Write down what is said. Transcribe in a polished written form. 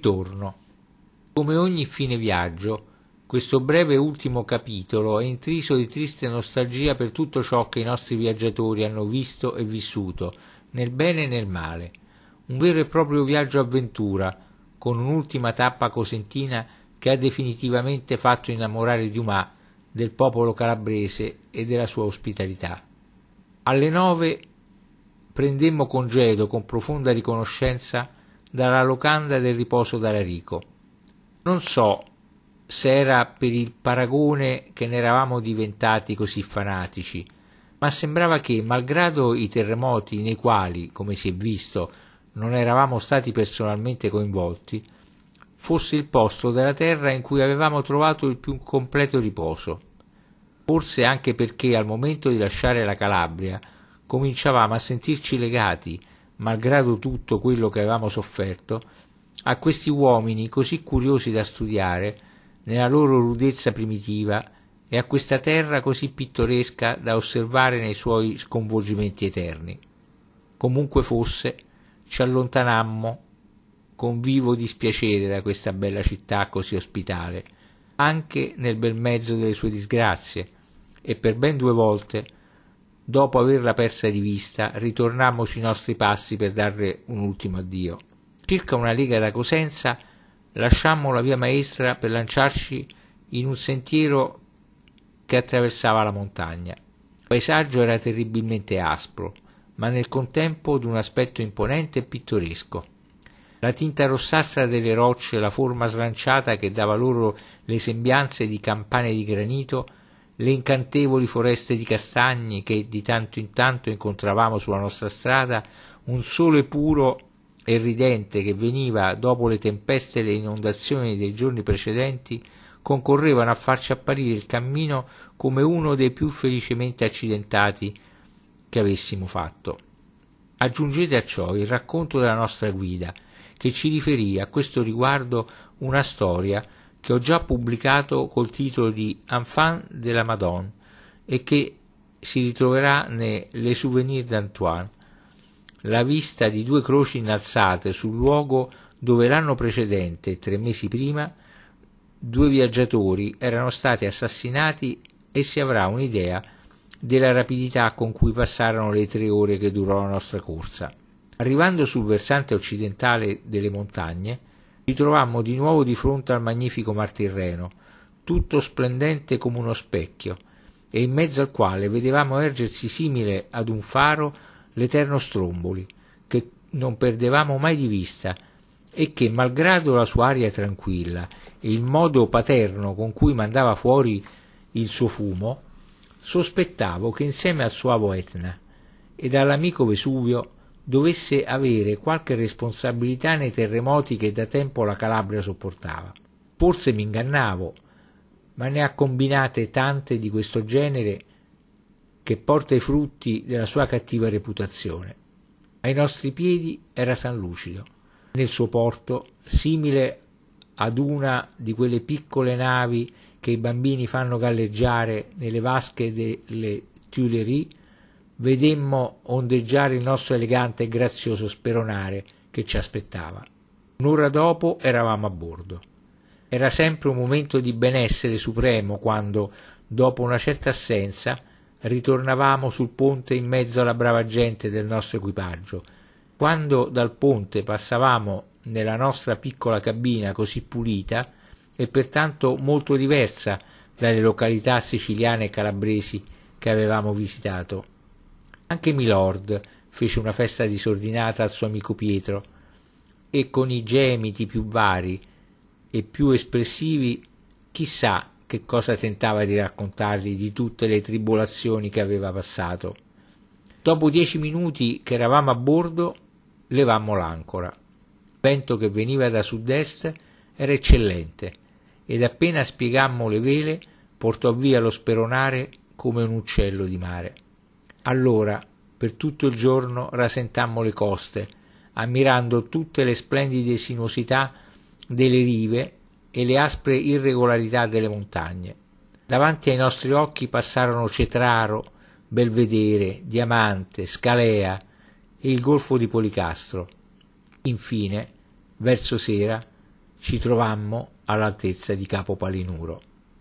Ritorno. Come ogni fine viaggio, questo breve ultimo capitolo è intriso di triste nostalgia per tutto ciò che i nostri viaggiatori hanno visto e vissuto, nel bene e nel male. Un vero e proprio viaggio avventura, con un'ultima tappa cosentina che ha definitivamente fatto innamorare Dumas del popolo calabrese e della sua ospitalità. Alle 9 prendemmo congedo con profonda riconoscenza dalla locanda del riposo d'Alarico. Non so se era per il paragone che ne eravamo diventati così fanatici, ma sembrava che, malgrado i terremoti nei quali, come si è visto, non eravamo stati personalmente coinvolti, fosse il posto della terra in cui avevamo trovato il più completo riposo. Forse anche perché al momento di lasciare la Calabria cominciavamo a sentirci legati, malgrado tutto quello che avevamo sofferto, a questi uomini così curiosi da studiare nella loro rudezza primitiva e a questa terra così pittoresca da osservare nei suoi sconvolgimenti eterni. Comunque fosse, ci allontanammo con vivo dispiacere da questa bella città così ospitale, anche nel bel mezzo delle sue disgrazie, e per ben 2 volte, dopo averla persa di vista, ritornammo sui nostri passi per darle un ultimo addio. Circa 1 lega da Cosenza lasciammo la via maestra per lanciarci in un sentiero che attraversava la montagna. Il paesaggio era terribilmente aspro, ma nel contempo d'un aspetto imponente e pittoresco. La tinta rossastra delle rocce, la forma slanciata che dava loro le sembianze di campane di granito, le incantevoli foreste di castagni che di tanto in tanto incontravamo sulla nostra strada, un sole puro e ridente che veniva dopo le tempeste e le inondazioni dei giorni precedenti, concorrevano a farci apparire il cammino come uno dei più felicemente accidentati che avessimo fatto. Aggiungete a ciò il racconto della nostra guida, che ci riferì a questo riguardo una storia che ho già pubblicato col titolo di Enfant de la Madone e che si ritroverà nei Les Souvenirs d'Antoine, la vista di 2 croci innalzate sul luogo dove l'anno precedente, 3 mesi prima, 2 viaggiatori erano stati assassinati, e si avrà un'idea della rapidità con cui passarono le 3 ore che durò la nostra corsa. Arrivando sul versante occidentale delle montagne, ci trovammo di nuovo di fronte al magnifico Mar Tirreno, tutto splendente come uno specchio, e in mezzo al quale vedevamo ergersi simile ad un faro l'eterno Stromboli, che non perdevamo mai di vista e che, malgrado la sua aria tranquilla e il modo paterno con cui mandava fuori il suo fumo, sospettavo che insieme al suavo Etna ed all'amico Vesuvio dovesse avere qualche responsabilità nei terremoti che da tempo la Calabria sopportava. Forse mi ingannavo, ma ne ha combinate tante di questo genere che porta i frutti della sua cattiva reputazione. Ai nostri piedi era San Lucido, nel suo porto, simile ad una di quelle piccole navi che i bambini fanno galleggiare nelle vasche delle Tuileries. Vedemmo ondeggiare il nostro elegante e grazioso speronare che ci aspettava. 1 ora dopo eravamo a bordo. Era sempre un momento di benessere supremo quando, dopo una certa assenza, ritornavamo sul ponte in mezzo alla brava gente del nostro equipaggio. Quando dal ponte passavamo nella nostra piccola cabina così pulita e pertanto molto diversa dalle località siciliane e calabresi che avevamo visitato. Anche Milord fece una festa disordinata al suo amico Pietro e con i gemiti più vari e più espressivi chissà che cosa tentava di raccontargli di tutte le tribolazioni che aveva passato. Dopo 10 minuti che eravamo a bordo, levammo l'ancora. Il vento che veniva da sud-est era eccellente ed appena spiegammo le vele portò via lo speronare come un uccello di mare. Allora, per tutto il giorno rasentammo le coste, ammirando tutte le splendide sinuosità delle rive e le aspre irregolarità delle montagne. Davanti ai nostri occhi passarono Cetraro, Belvedere, Diamante, Scalea e il golfo di Policastro. Infine, verso sera, ci trovammo all'altezza di Capo Palinuro.